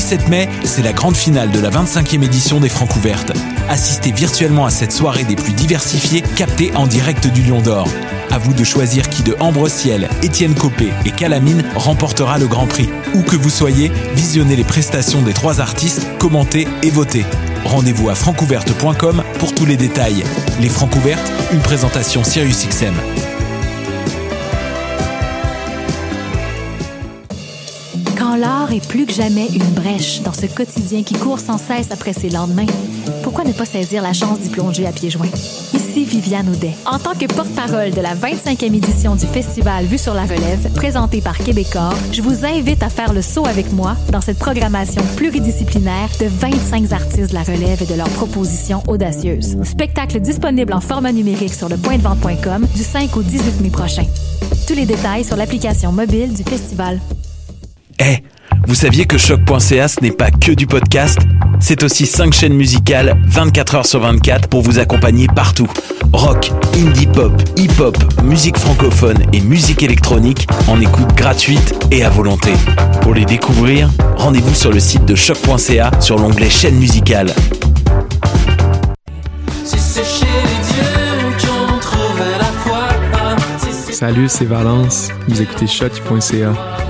7 mai, c'est la grande finale de la 25e édition des Francouvertes. Assistez virtuellement à cette soirée des plus diversifiées, captée en direct du Lion d'Or. À vous de choisir qui de Ambre Ciel, Étienne Copé et Calamine remportera le Grand Prix. Où que vous soyez, visionnez les prestations des 3 artistes, commentez et votez. Rendez-vous à francouverte.com pour tous les détails. Les Francouvertes, une présentation SiriusXM. Quand l'art est plus que jamais une brèche dans ce quotidien qui court sans cesse après ses lendemains, pourquoi ne pas saisir la chance d'y plonger à pieds joints? Ici Viviane Audet. En tant que porte-parole de la 25e édition du festival Vue sur la Relève, présenté par Québecor, je vous invite à faire le saut avec moi dans cette programmation pluridisciplinaire de 25 artistes de la relève et de leurs propositions audacieuses. Spectacle disponible en format numérique sur lepointdevente.com du 5 au 18 mai prochain. Tous les détails sur l'application mobile du festival. Vous saviez que Choc.ca ce n'est pas que du podcast? C'est aussi 5 chaînes musicales 24 heures sur 24 pour vous accompagner partout. Rock, indie pop, hip-hop, musique francophone et musique électronique en écoute gratuite et à volonté. Pour les découvrir, rendez-vous sur le site de Choc.ca sur l'onglet chaîne musicale. Salut, c'est Valence. Vous écoutez Choc.ca.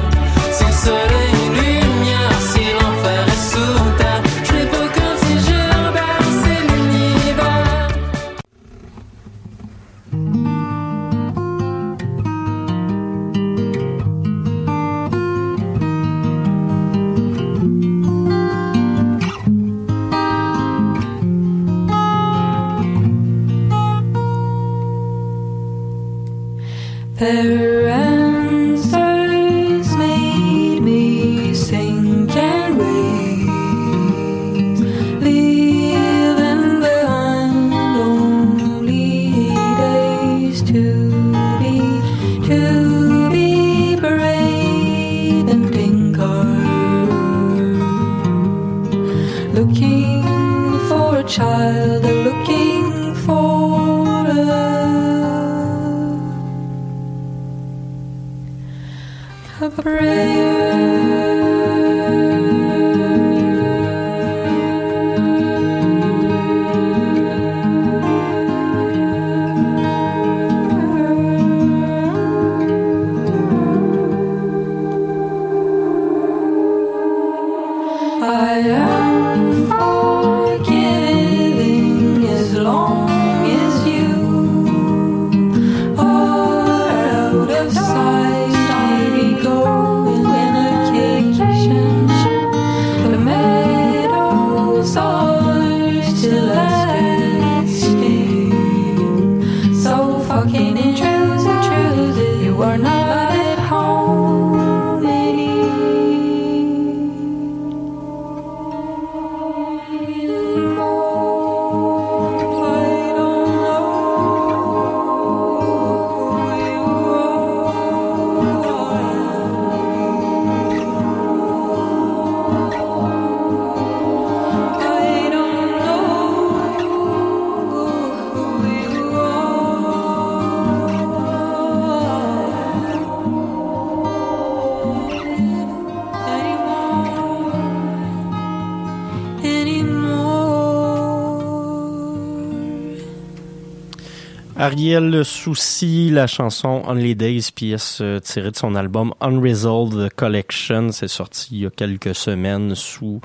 Ariel Soucy, la chanson Only Days, pièce tirée de son album Unresolved Collection. C'est sorti il y a quelques semaines sous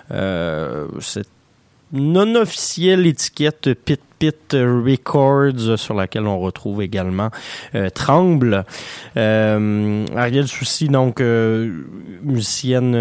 cette non-officielle étiquette Pit Records, sur laquelle on retrouve également Tremble. Ariel Soucy, donc musicienne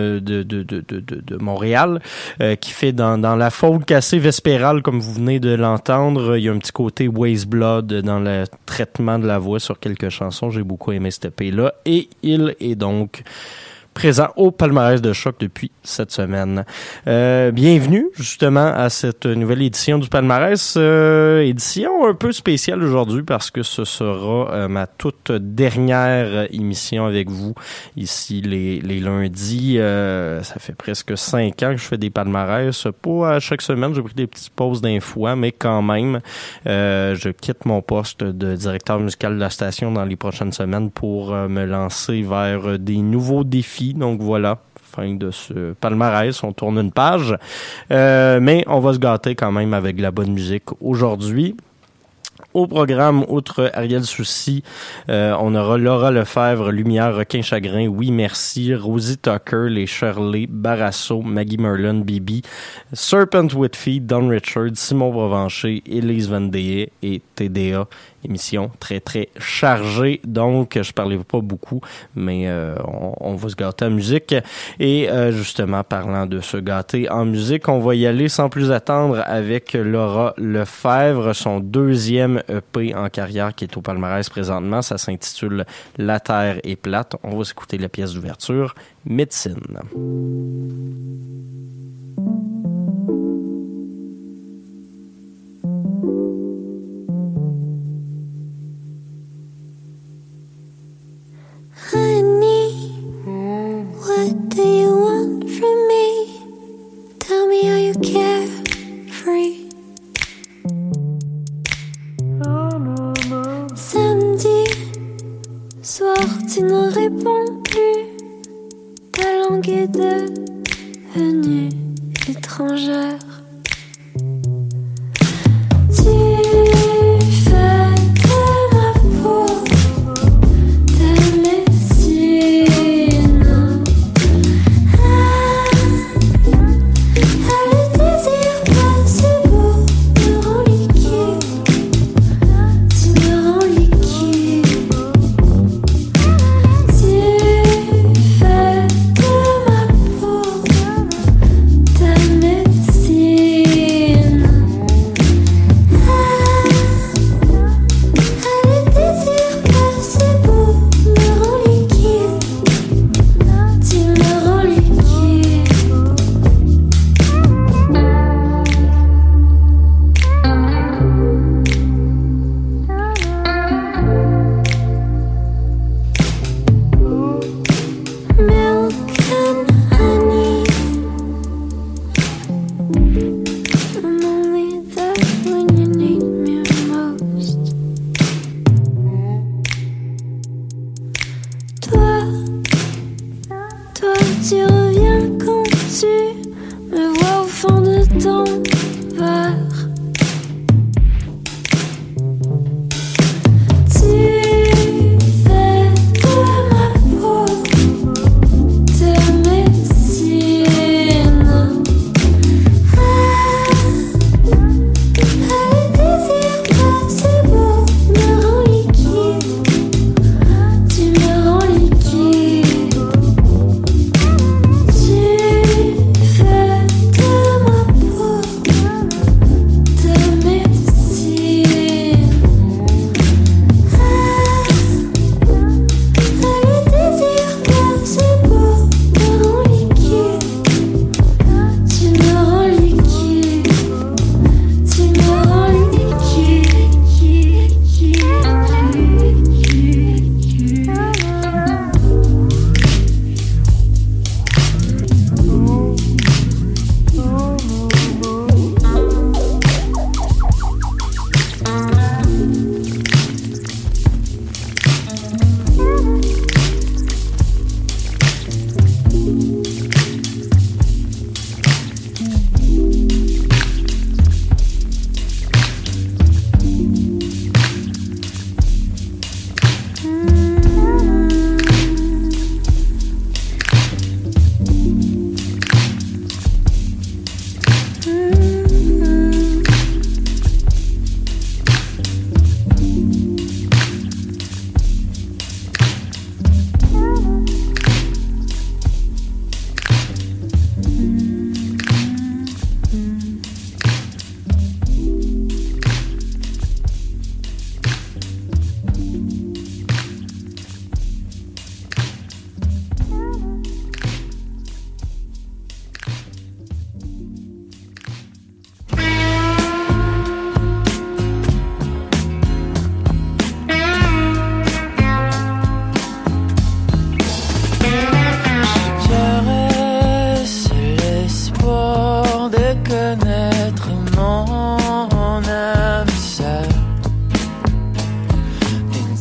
de Montréal, qui fait dans la folk assez vespérale, comme vous venez de l'entendre. Il y a un petit côté Waste Blood dans le traitement de la voix sur quelques chansons. J'ai beaucoup aimé cet EP-là. Et il est donc présent au palmarès de Choc depuis cette semaine. Bienvenue justement à cette nouvelle édition du palmarès, édition un peu spéciale aujourd'hui parce que ce sera ma toute dernière émission avec vous ici les lundis. Ça fait presque 5 ans que je fais des palmarès, pas à chaque semaine, j'ai pris des petites pauses d'un fois, mais quand même je quitte mon poste de directeur musical de la station dans les prochaines semaines pour me lancer vers des nouveaux défis. Donc voilà, fin de ce palmarès. On tourne une page. Mais on va se gâter quand même avec de la bonne musique aujourd'hui. Au programme, outre Ariel Soucy, on aura Laura Lefebvre, Lumière, Requin Chagrin, Oui Merci, Rosie Tucker, Les Shirley, Barasso, Maggie Merlin, Bibi, Serpent Whitfield, Don Richard, Simon Provencher, Élise Van Deye et TDA. Émission très, très chargée. Donc, je parlais pas beaucoup, mais on va se gâter en musique. Et justement, parlant de se gâter en musique, on va y aller sans plus attendre avec Laura Lefebvre, son deuxième EP en carrière qui est au palmarès présentement. Ça s'intitule La Terre est plate. On va s'écouter la pièce d'ouverture, Médecine. Honey, what do you want from me? Tell me, are you carefree? Samedi soir, tu ne réponds plus. Ta langue est devenue étrangère.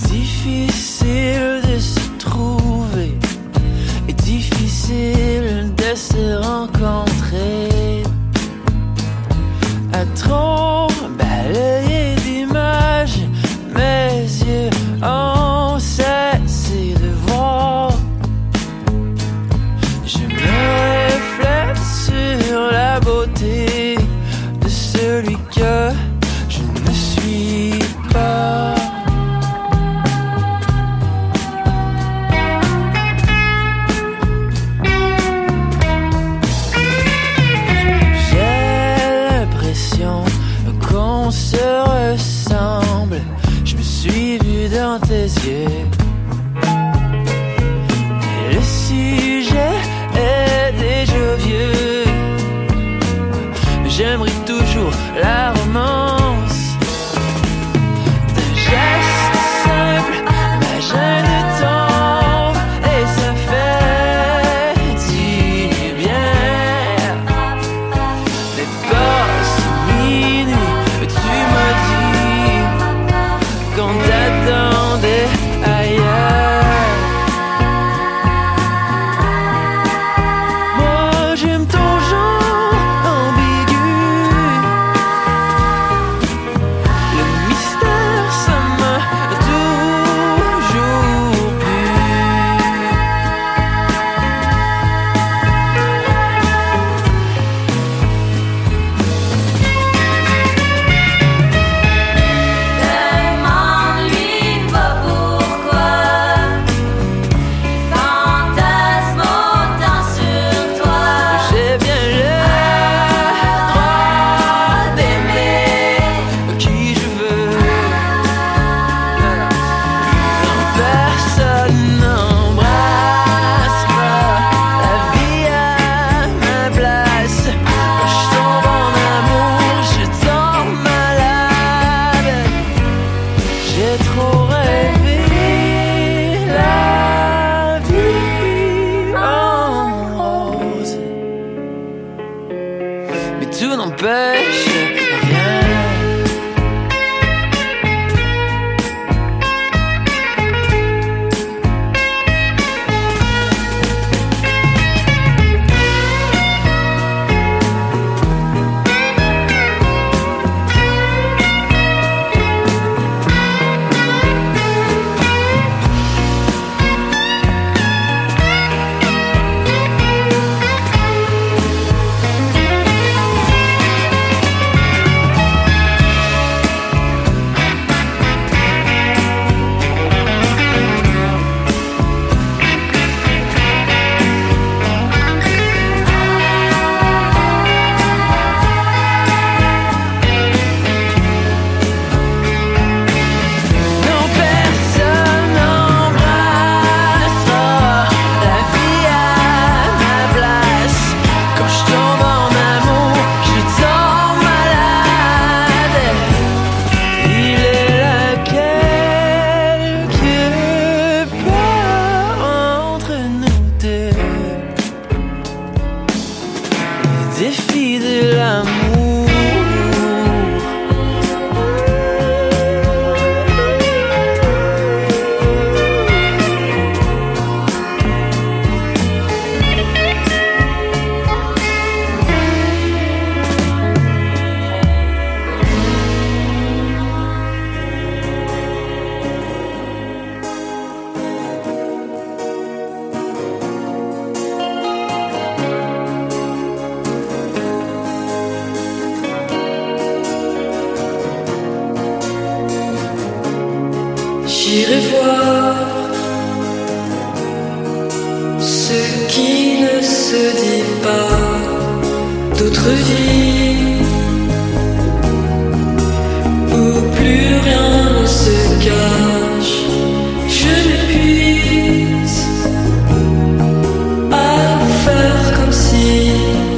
difficile de se trouver et difficile celui que je ne suis pas. J'ai l'impression qu'on se ressemble. Je me suis vu dans tes yeux. Et le sujet est déjà vieux. Mais j'aimerais toujours la romance d'un geste simple. Ma gêne tombe et ça fait du bien. Mais passe minuit, tu m'as dit qu'on t'attendait ailleurs. Moi j'aime ton genre ambigu. Le mystère ça m'a toujours plu. Demande-lui pas pourquoi il fantasme autant sur toi. J'ai bien le droit d'aimer qui je veux. Personne n'embrassera la vie à ma place. Quand je tombe en amour, je tombe malade. J'ai trop rêvé la vie en rose. Mais tout n'empêche rien. Non, personne n'embrassera la vie à ma place. Quand je tombe en amour, je tombe malade. Il est là quelque part entre nous deux. Le défi de l'amour. J'irai voir ce qui ne se dit pas, d'autres vies où plus rien ne se cache. Je m'épuise à faire comme si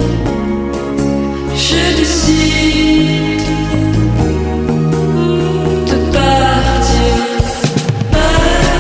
je décide de partir.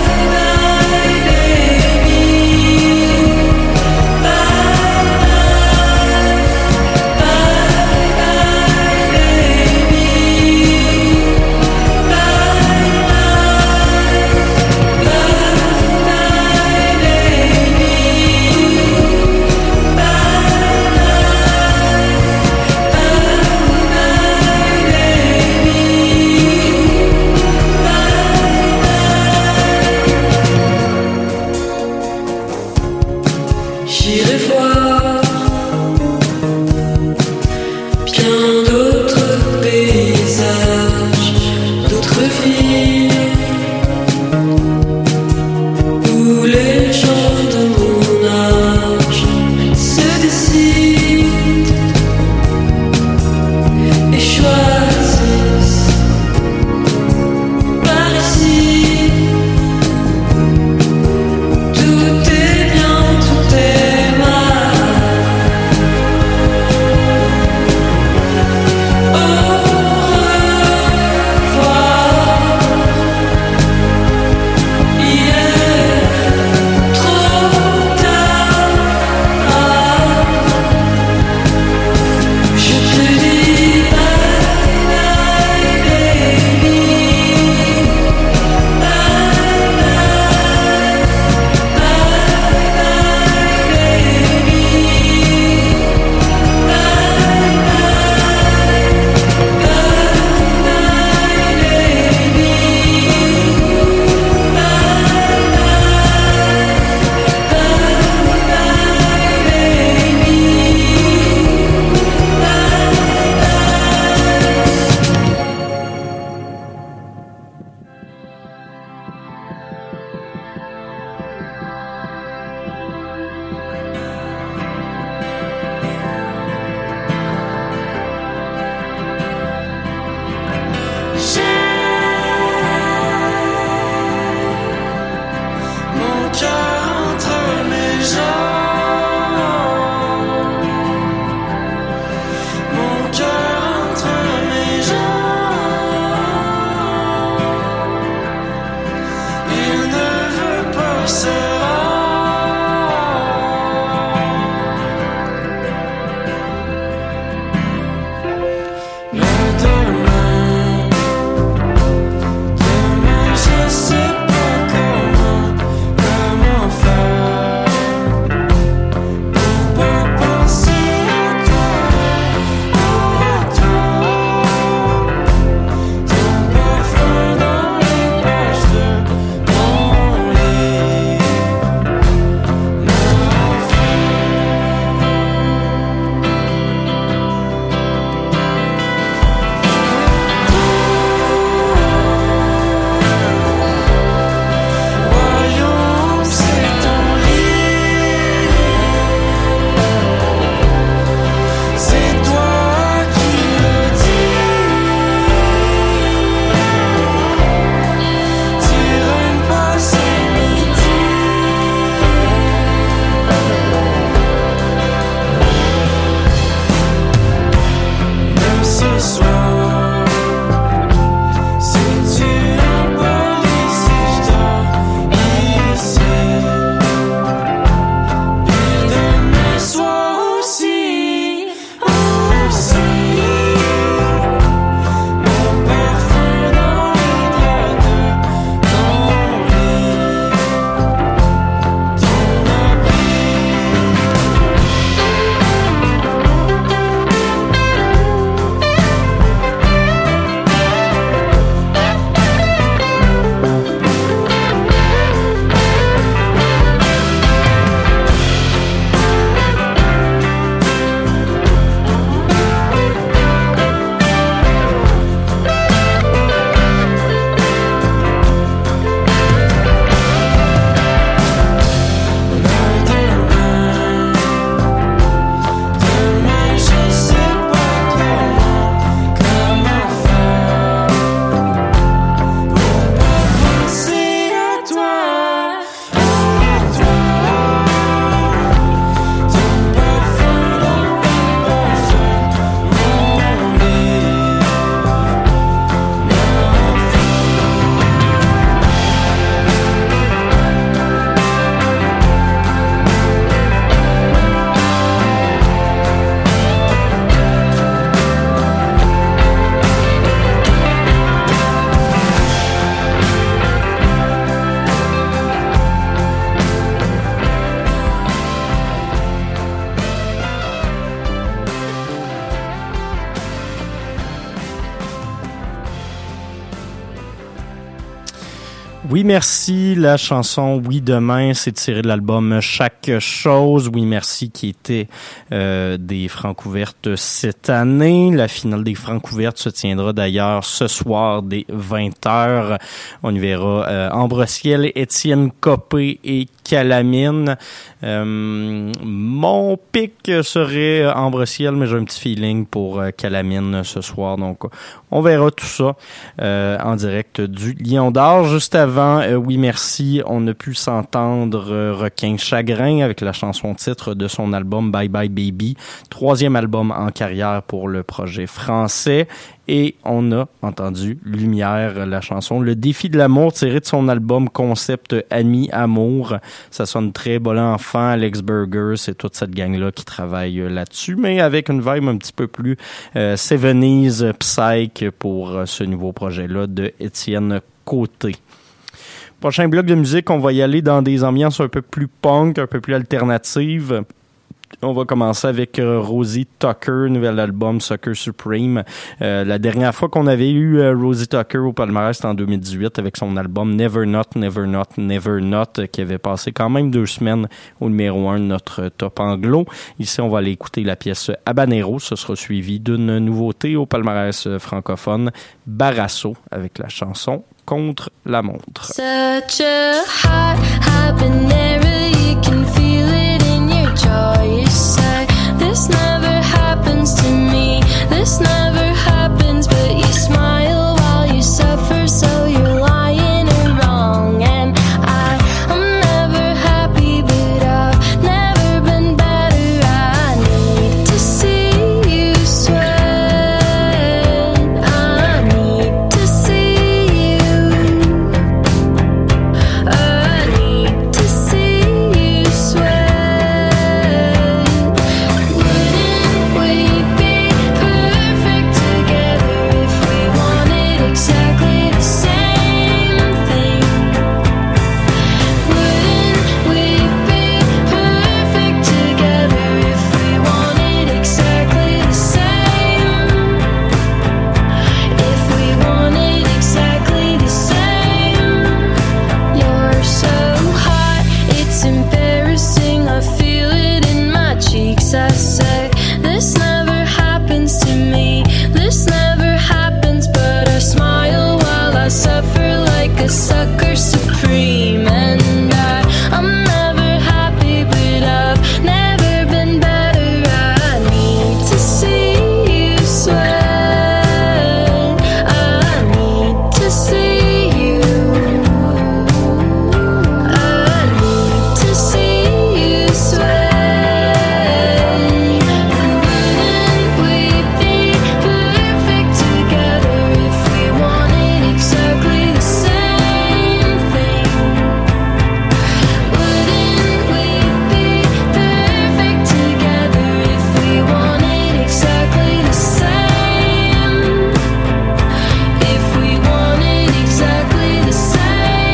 Oui, merci. La chanson Oui demain, c'est tiré de l'album Chaque chose. Oui, merci qui était des Francouvertes cette année. La finale des Francouvertes se tiendra d'ailleurs ce soir dès 20h. On y verra Ambre Ciel, Étienne Copé et Calamine. Mon pic serait Ambre Ciel, mais j'ai un petit feeling pour Calamine ce soir. Donc, on verra tout ça en direct du Lion d'Or. Juste avant, oui merci, on a pu s'entendre Requin Chagrin avec la chanson titre de son album Bye Bye Baby, 3e album en carrière pour le projet français. Et on a entendu Lumière, la chanson Le défi de l'amour, tiré de son album concept Ami Amour. Ça sonne très bon enfant, Alex Burger, c'est toute cette gang-là qui travaille là-dessus, mais avec une vibe un petit peu plus 70s psych pour ce nouveau projet-là de Étienne Côté. Prochain bloc de musique, on va y aller dans des ambiances un peu plus punk, un peu plus alternatives. On va commencer avec Rosie Tucker, nouvel album Sucker Supreme. La dernière fois qu'on avait eu Rosie Tucker au palmarès, c'était en 2018 avec son album Never Not, Never Not, Never Not, qui avait passé quand même 2 semaines au numéro 1 de notre top anglo. Ici, on va aller écouter la pièce Habanero. Ce sera suivi d'une nouveauté au palmarès francophone, Barasso, avec la chanson Contre la montre. Such a hot habanero, you can feel it in your jaw. You say, this never happens to me, this never happens, but you smile while you suffer, so you're lying or wrong. And I'm never happy, but I've never been better. I need to see you sweat, I need to see you, I need to see you sweat. Wouldn't we be perfect together if we wanted exactly the same thing? Wouldn't we be perfect together if we wanted exactly the same? If we wanted exactly the same. You're so hot, it's embarrassing. I feel it in my cheeks. I say, this never happens to me, this never happens, but I smile while I suffer like a sucker supreme. And I'm never happy, but I've never been better. I need to see you sweat, I need to see you, I need to see you sweat. Wouldn't we be perfect together if we wanted exactly the same thing? Wouldn't we be perfect together if we wanted exactly the same? If we wanted exactly the same.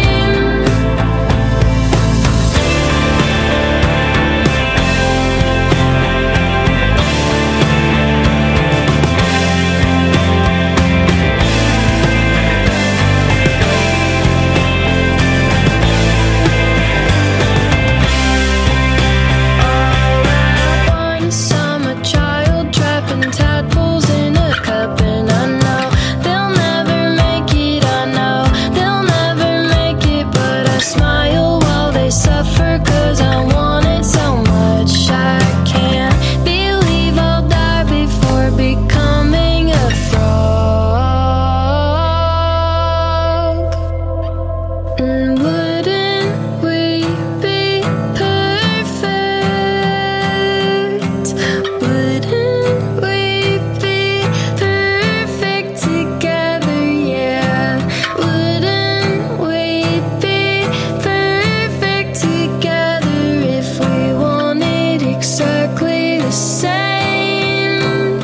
Once I'm a child trapping tadpoles in a cup, and I know they'll never make it. I know they'll never make it, but I smile while they suffer, 'cause I want it so much. I can't believe I'll die before becoming a frog. And wouldn't we be perfect? Wouldn't we be perfect together? Yeah. Wouldn't we be perfect together if we wanted exactly the same?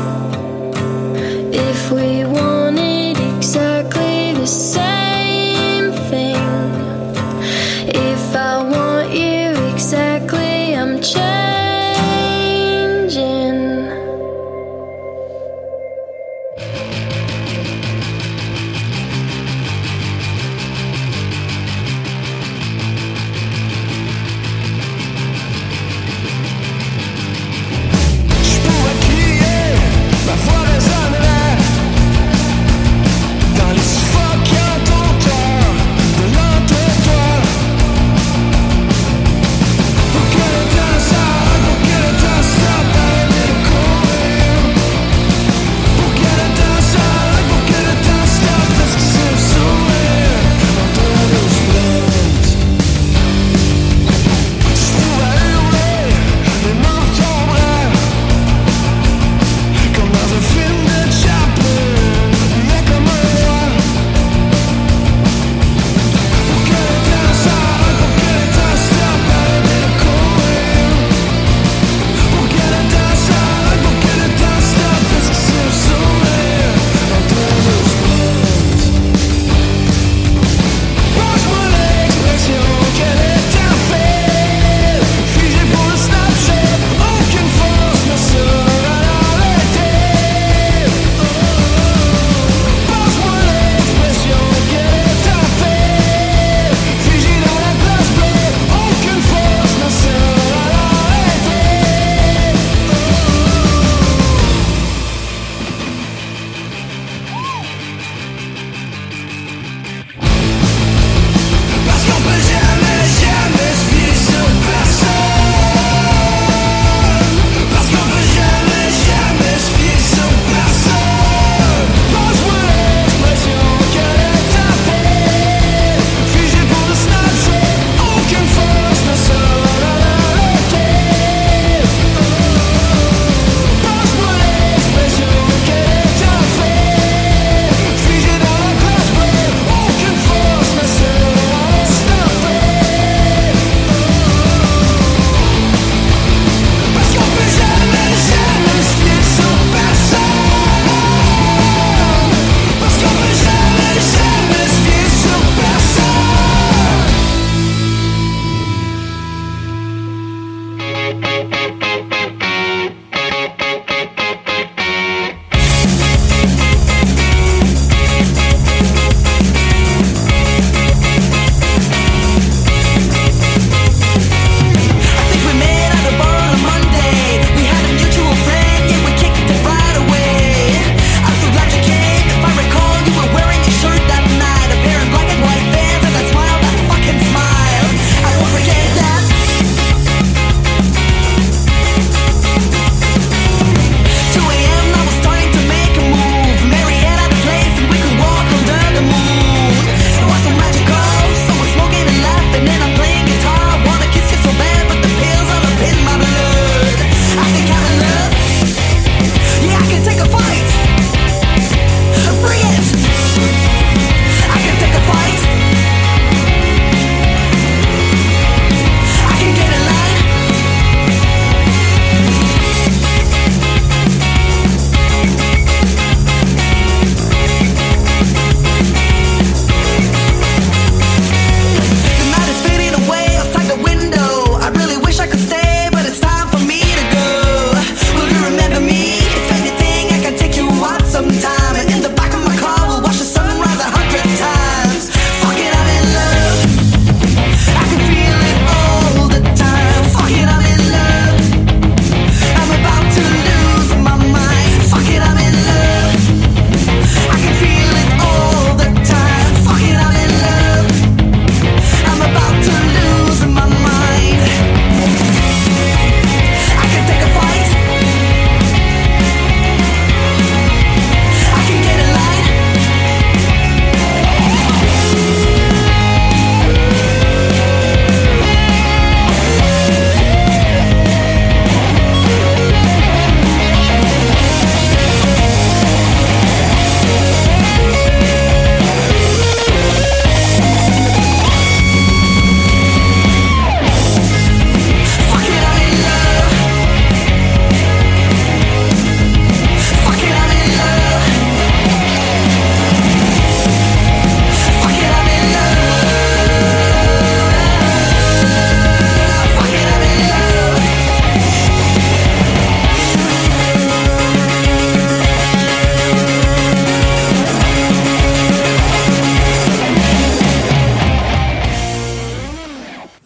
If we wanted exactly the same thing. If I want you exactly, I'm changing.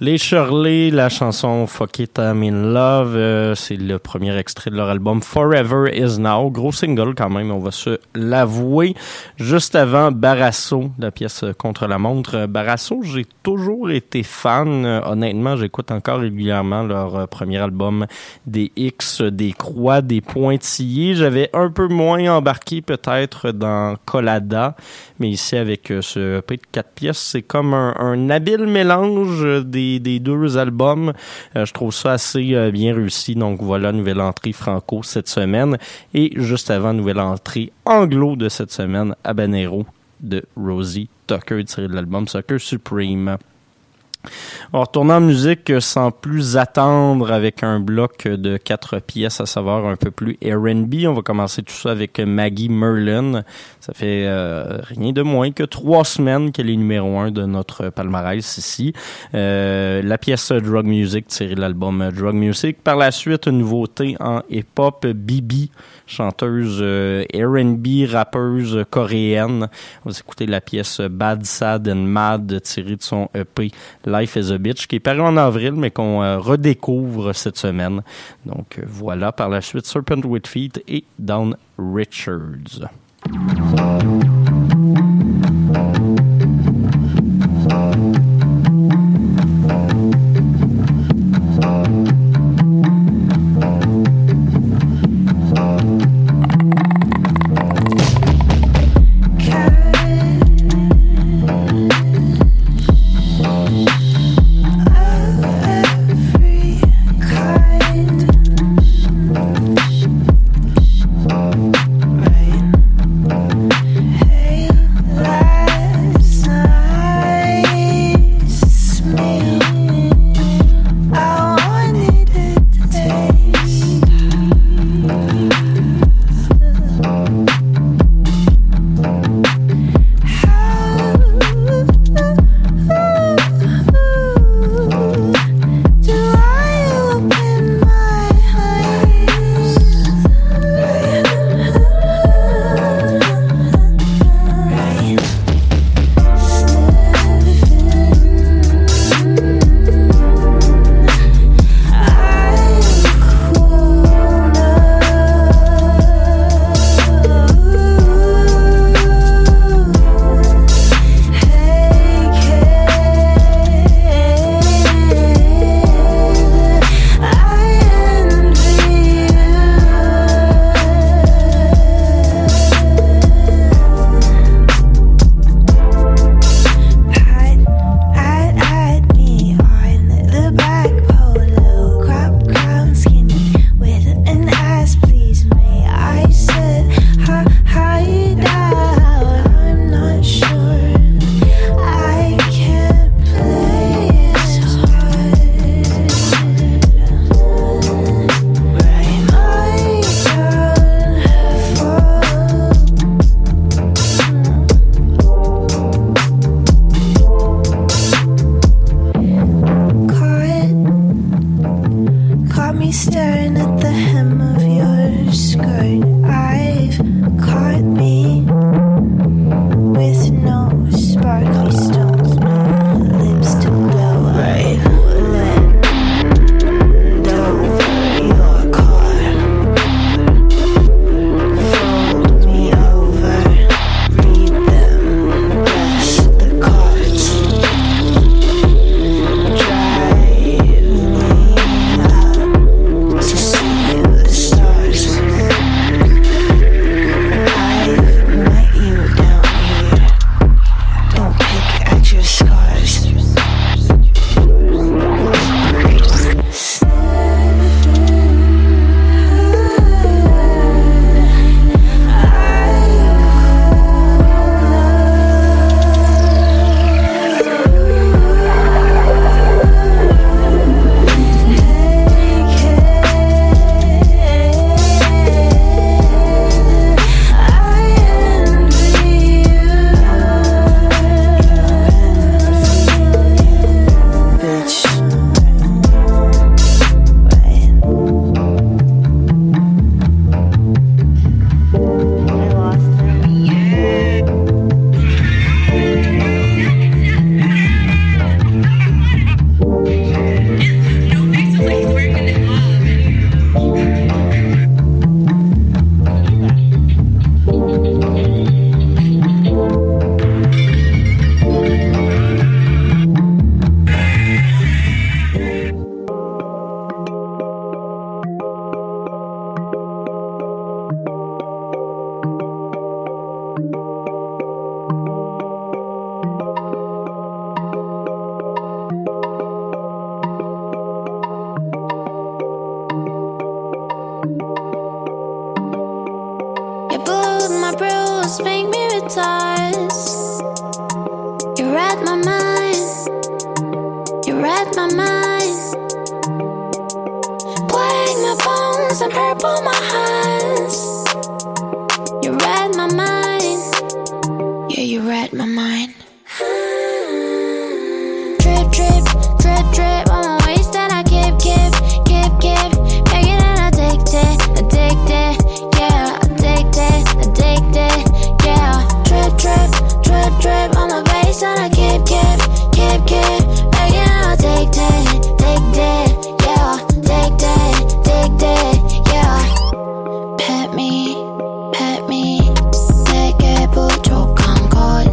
Les Shirley, la chanson Fuck It, I'm in Love, c'est le premier extrait de leur album Forever Is Now. Gros single quand même, on va se l'avouer. Juste avant, Barasso, la pièce Contre la montre. Barasso, j'ai toujours été fan. Honnêtement, j'écoute encore régulièrement leur premier album, des X, des Croix, des Pointillés. J'avais un peu moins embarqué peut-être dans Collada, mais ici avec ce EP de 4 pièces, c'est comme un habile mélange des deux albums. Je trouve ça assez bien réussi. Donc voilà, nouvelle entrée franco cette semaine. Et juste avant, nouvelle entrée anglo de cette semaine, Habanero de Rosie Tucker, tiré de l'album Sucker Supreme. On va retourner en musique sans plus attendre avec un bloc de 4 pièces, à savoir un peu plus R&B. On va commencer tout ça avec Maggie Merlin. Ça fait rien de moins que 3 semaines qu'elle est numéro 1 de notre palmarès ici. La pièce Drug Music tirée de l'album Drug Music. Par la suite, une nouveauté en hip-hop, Bibi, chanteuse R&B, rappeuse coréenne. On va écouter la pièce Bad, Sad and Mad tirée de son EP Life is a Bitch, qui est paru en avril, mais qu'on redécouvre cette semaine. Donc voilà, par la suite, Serpent with Feet et Down Richards. Right. hypnotized. You read my mind. You read my mind. Black my bones and purple my hands. You read my mind. Yeah, you read my mind. Drip, drip, drip, drip on my waist that I keep. Making it addicted, yeah, addicted, yeah. Drip, drip, drip, drip on my waist that I keep. Making it addicted, yeah, addicted, yeah. Pet me, 내게 부족한 것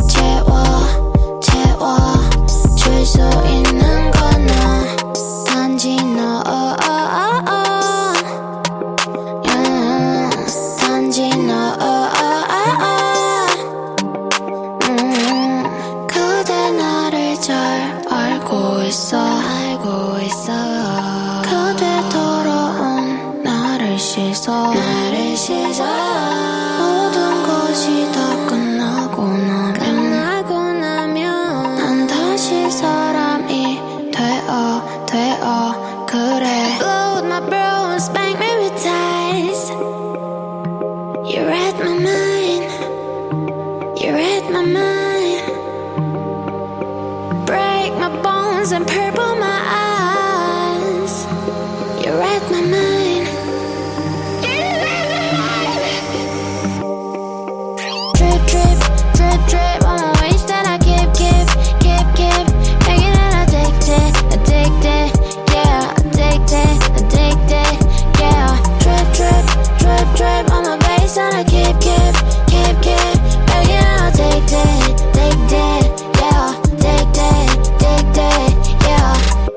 채워, 줄 수 있는 건 나, 단지 너, 단지 너, 그대 나를 잘 알고 있어. 그대 더러운 나를 씻어. 모든 것이 다 끝나고 나면 난 다시 사람이 되어 그래. Load my bros, spank me with ties. You read my mind. You read my mind. Break my bones and purple my eyes. You read my mind. Drip, drip, drip, drip on my waist that I keep. Making it addicted, yeah, addicted, yeah. Drip, drip, drip, drip on my waist that I keep. Making it addicted, yeah, addicted, yeah.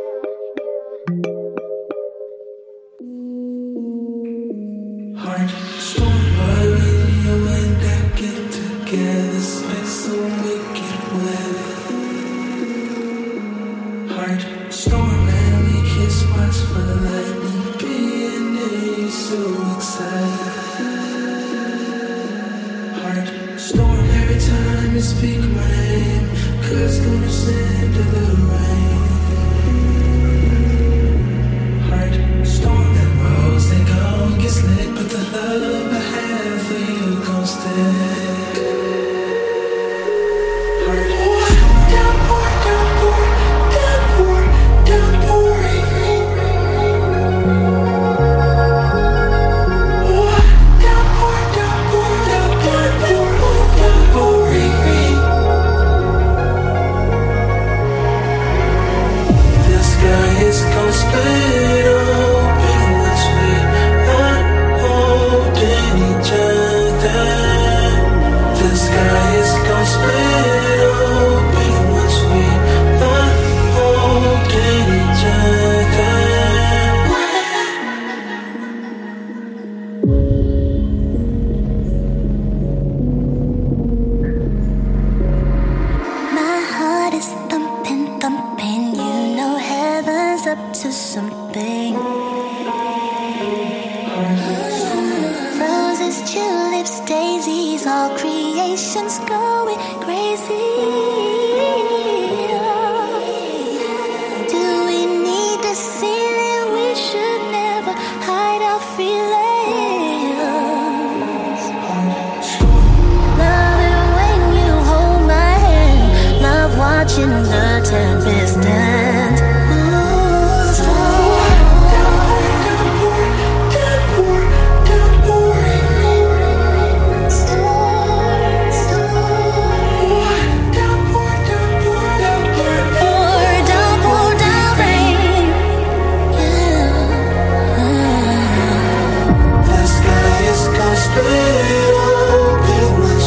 Heart storm by radio when that get together, space so wicked weather. Heart storm and we kiss watch for lightning being there, so excited. Heart storm every time you speak my name, 'cause gonna send a little rain. Heart storm that rose, they gon' get slick, but the love I have for you gon' stick. Heart downpour, downpour, downpour, downpouring. Downpour, downpour, downpour, downpouring. The sky is gon' split open once we're not holding each other. The sky is gon' split open once we're not holding each other. My heart is thumping, thumping. You know heaven's up to something. Roses, tulips, daisies, all creation's going crazy. Do we need to see that we should never hide our feelings? Love it when you hold my hand. Love watching the tempest dance.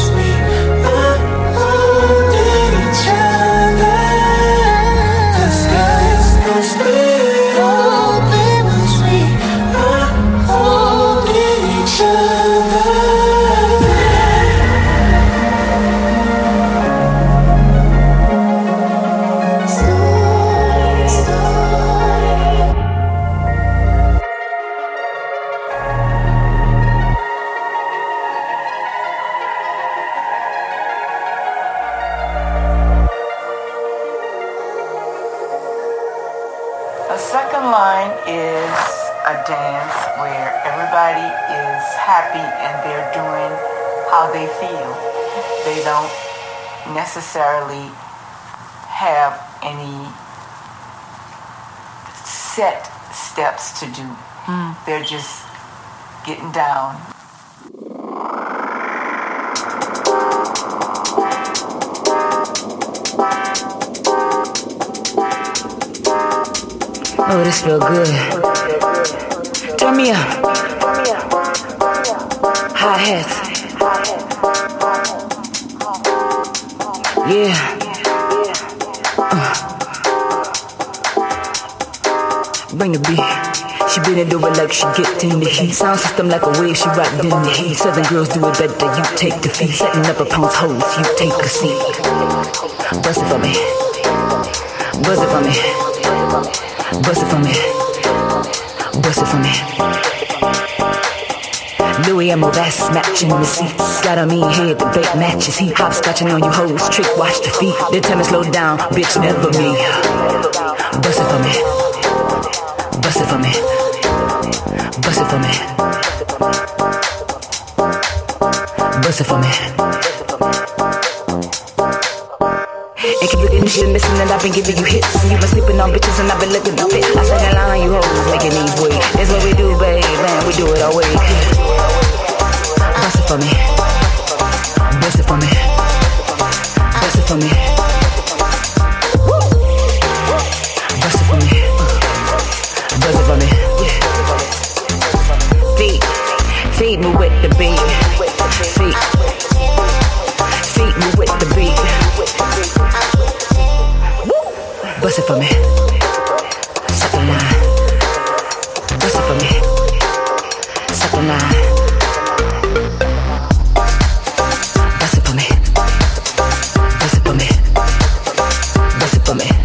The sky line is a dance where everybody is happy and they're doing how they feel. They don't necessarily have any set steps to do. They're just getting down. Oh, this feel good. Turn me up. Hi-hats. Yeah. Bring the beat. She been and do it like she get in the heat. Sound system like a wave, she rocked in the heat. Southern girls do it better, you take the feet. Setting up a pound's hose, you take a seat. Bust it for me. Bust it for me. Bust it for me. Bust it for me. Louis and Movass matching the seats. Got a mean head, the bait matches heat. Hopscotching on you hoes, trick watch the feet. They tell me slow down, bitch never me. Bust it for me. Bust it for me. Bust it for me. Bust it for me. And keep looking shit missing and I've been giving you hits. You been sleeping on bitches and I've been looking up it. I said that line, you hoes making these wait. That's what we do, babe, man, we do it our way. Bust it for me. Bust it for me. Bust it for me. Bust it for me. Bust it for me. Feed me with the beat. Feed me with the beat. Bust it for me. Second line. Bust it for me. Second line. Bust it for me. Bust it for me. Bust it for me.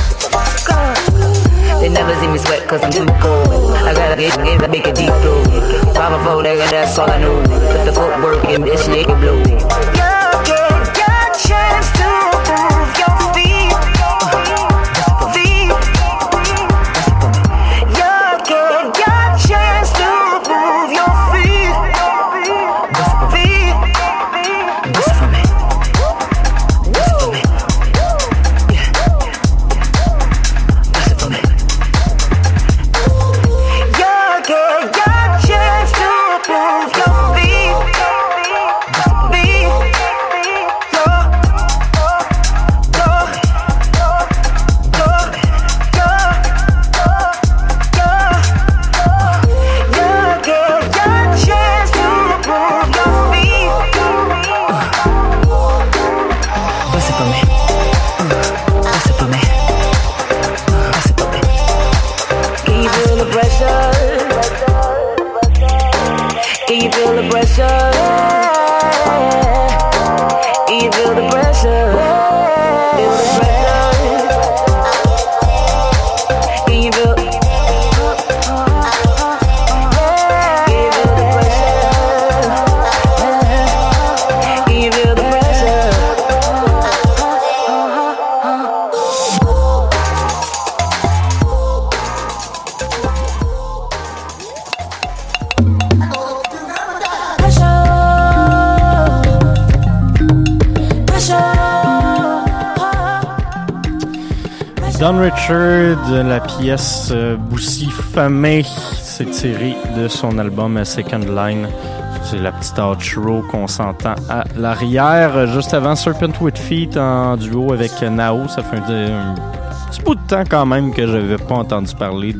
They never see me sweat cause I'm too cold. I gotta get make a deep flow. 5 or 4, that's all I know. Put the footwork in this shit blow. You get your chance to move your feet. Don Richard, la pièce Boussy Famé, c'est tiré de son album Second Line. C'est la petite outro qu'on s'entend à l'arrière. Juste avant, Serpent with Feet en duo avec Nao. Ça fait un petit bout de temps quand même que je n'avais pas entendu parler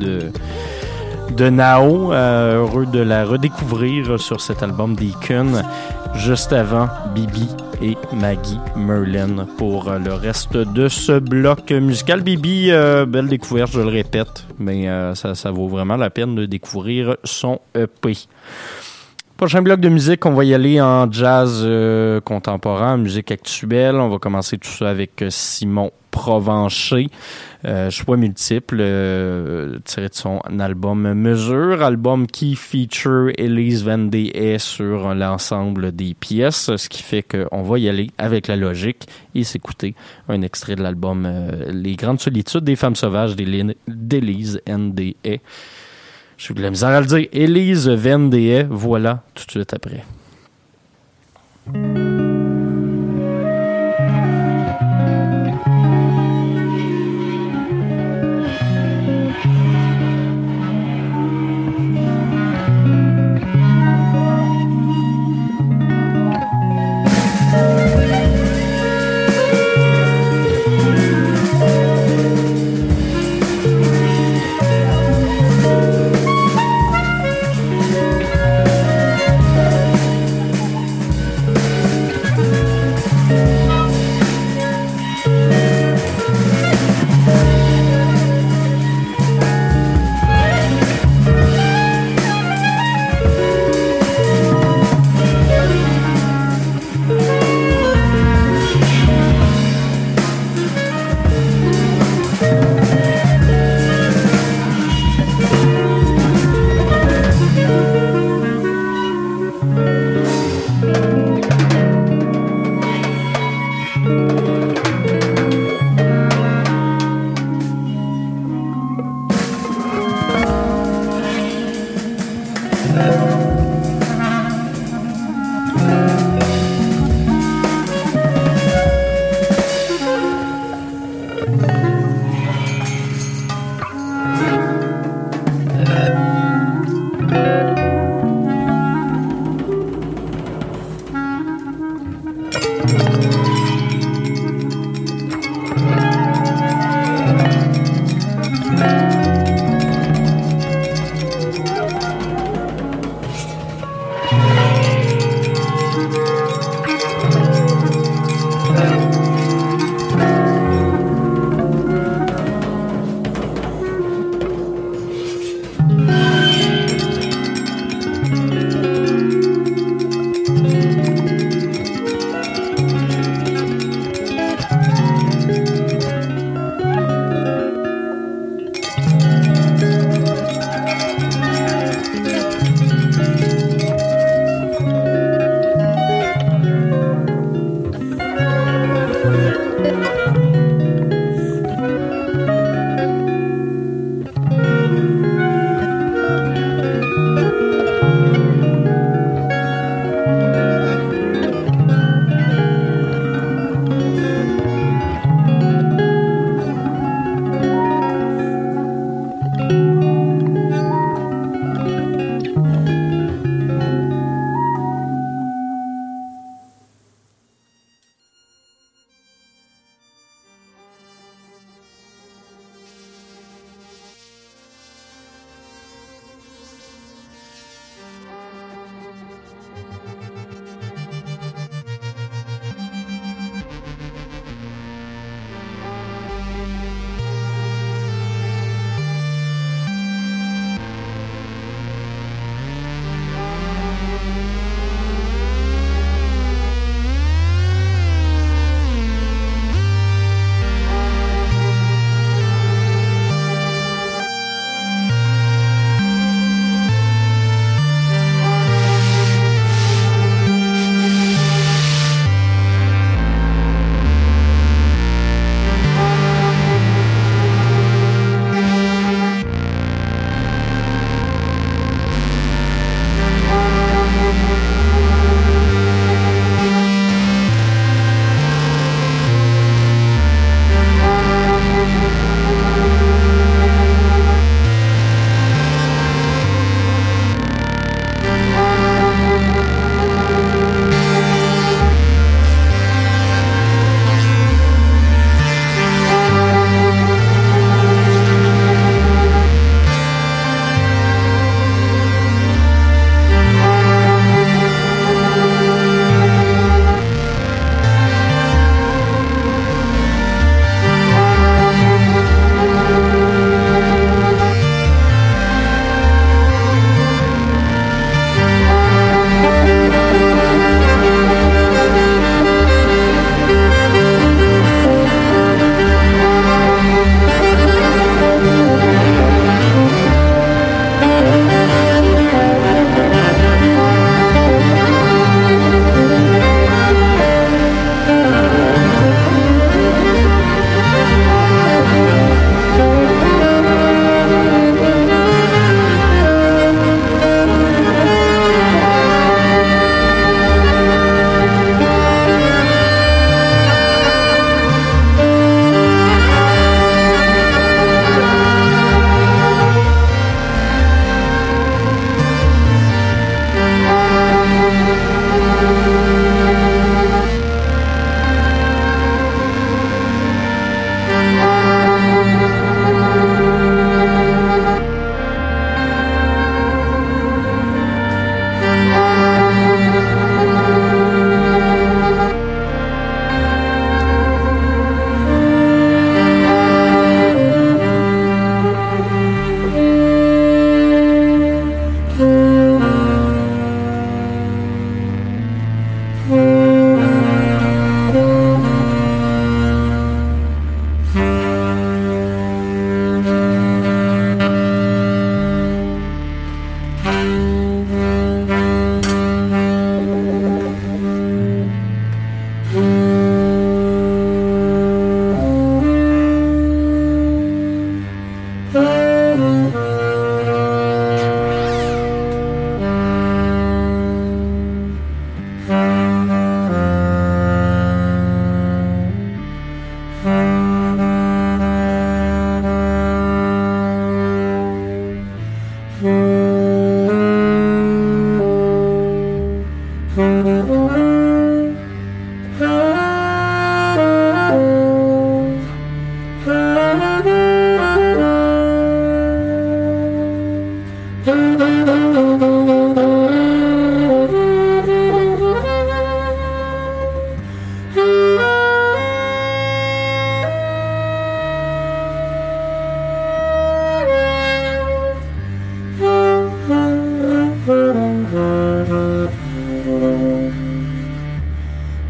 de Nao. Heureux de la redécouvrir sur cet album Deacon. Juste avant, Bibi et Maggie Merlin pour le reste de ce bloc musical. Bibi, belle découverte, je le répète, mais ça vaut vraiment la peine de découvrir son EP. Prochain bloc de musique, on va y aller en jazz contemporain, en musique actuelle. On va commencer tout ça avec Simon Provencher. Choix multiples tiré de son album Mesure, album qui feature Elise Van Dee sur l'ensemble des pièces, ce qui fait qu'on va y aller avec la logique et s'écouter un extrait de l'album Les Grandes Solitudes des Femmes Sauvages d'Elise Van Dee. J'ai eu de la misère à le dire. Elise Van Dee, voilà, tout de suite après.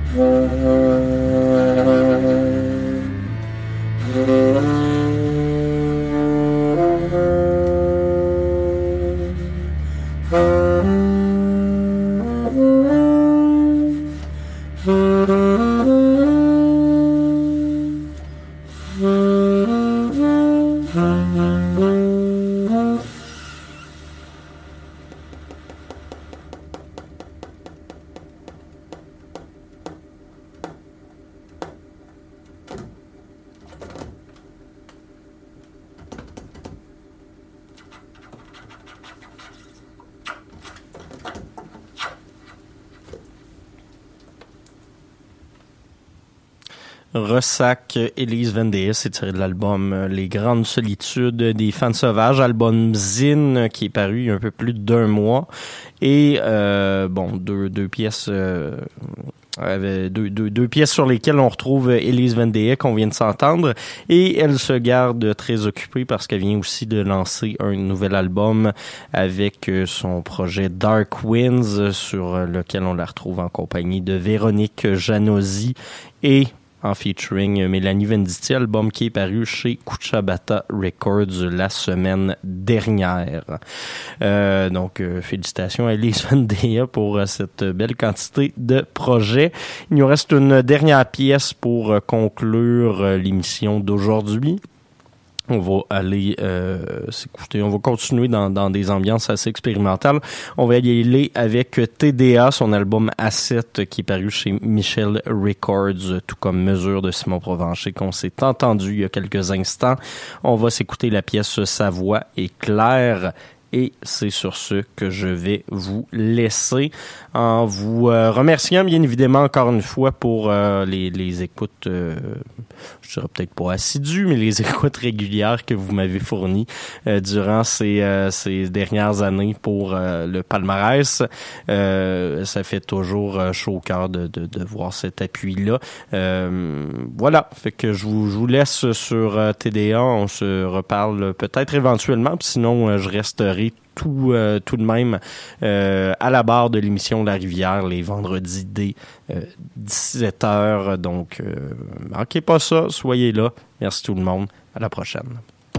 Ressac, Elise Van Dee, c'est tiré de l'album Les Grandes Solitudes des Fans Sauvages, album Zine qui est paru il y a un peu plus d'1 mois. Et deux pièces deux pièces sur lesquelles on retrouve Elise Van Dee qu'on vient de s'entendre, et elle se garde très occupée parce qu'elle vient aussi de lancer un nouvel album avec son projet Dark Winds, sur lequel on la retrouve en compagnie de Véronique Janosi et en featuring Mélanie Venditti, album qui est paru chez Kuchabata Records la semaine dernière. Donc, félicitations à Elise Van Dee pour cette belle quantité de projets. Il nous reste une dernière pièce pour conclure l'émission d'aujourd'hui. On va aller s'écouter, on va continuer dans des ambiances assez expérimentales. On va y aller avec TDA, son album A7 qui est paru chez Michel Records, tout comme Mesure de Simon Provencher qu'on s'est entendu il y a quelques instants. On va s'écouter la pièce Sa voix est claire. Et c'est sur ce que je vais vous laisser en vous remerciant bien évidemment encore une fois pour les écoutes, je dirais peut-être pas assidues, mais les écoutes régulières que vous m'avez fournies durant ces dernières années pour le palmarès. Ça fait toujours chaud au cœur de voir cet appui-là. Voilà, fait que je vous laisse sur TDA. On se reparle peut-être éventuellement, puis sinon je resterai tout de même à la barre de l'émission La Rivière les vendredis dès 17h. Donc, manquez pas ça, soyez là. Merci tout le monde. À la prochaine.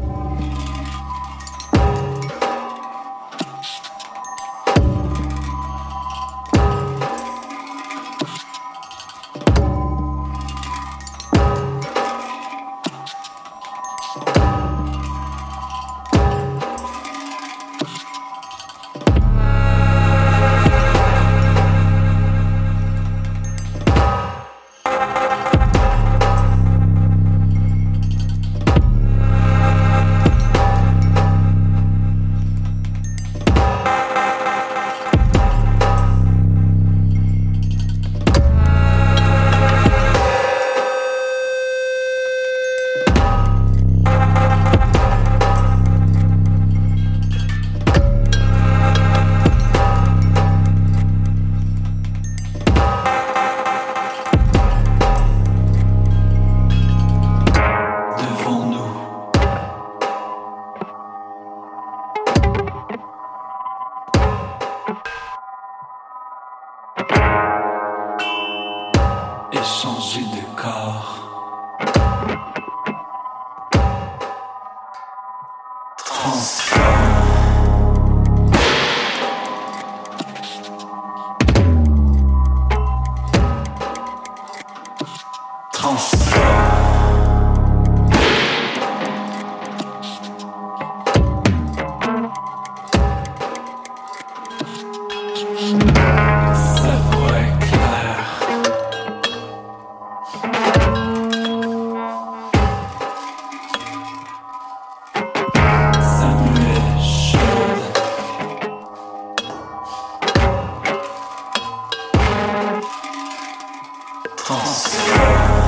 Changer de corps. Transforme.